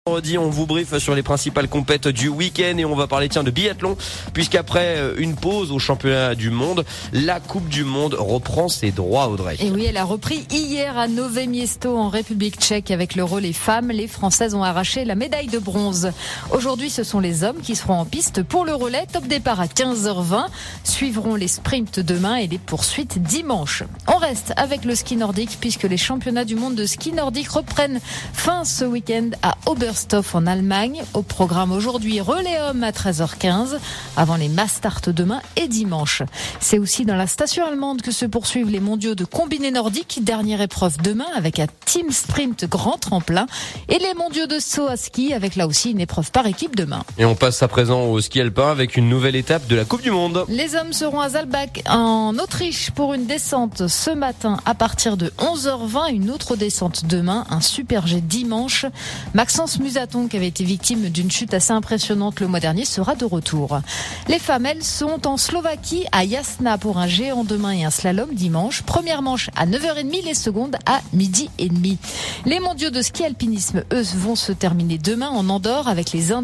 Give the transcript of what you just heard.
On vous briefe sur les principales compètes du week-end et on va parler de biathlon puisqu'après une pause au championnat du monde, la Coupe du Monde reprend ses droits, Audrey. Et oui, elle a repris hier à Nové Město en République tchèque avec le relais femmes. Les Françaises ont arraché la médaille de bronze. Aujourd'hui, ce sont les hommes qui seront en piste pour le relais. Top départ à 15h20. Suivront les sprints demain et les poursuites dimanche. On reste avec le ski nordique puisque les championnats du monde de ski nordique reprennent fin ce week-end à Oberstdorf en Allemagne. Au programme aujourd'hui, relais hommes à 13h15 avant les mass start demain et dimanche. C'est aussi dans la station allemande que se poursuivent les mondiaux de combiné nordique. Dernière épreuve demain avec un team sprint grand tremplin et les mondiaux de saut à ski avec là aussi une épreuve par équipe demain. Et on passe à présent au ski alpin avec une nouvelle étape de la Coupe du Monde. Les hommes seront à Saalbach en Autriche pour une descente ce matin à partir de 11h20. Une autre descente demain, un super G dimanche. Maxence Musaton, qui avait été victime d'une chute assez impressionnante le mois dernier, sera de retour. Les femmes, elles, sont en Slovaquie à Jasna pour un géant demain et un slalom dimanche. Première manche à 9h30, les secondes à 12h30. Les mondiaux de ski alpinisme, eux, vont se terminer demain en Andorre avec les Indiens.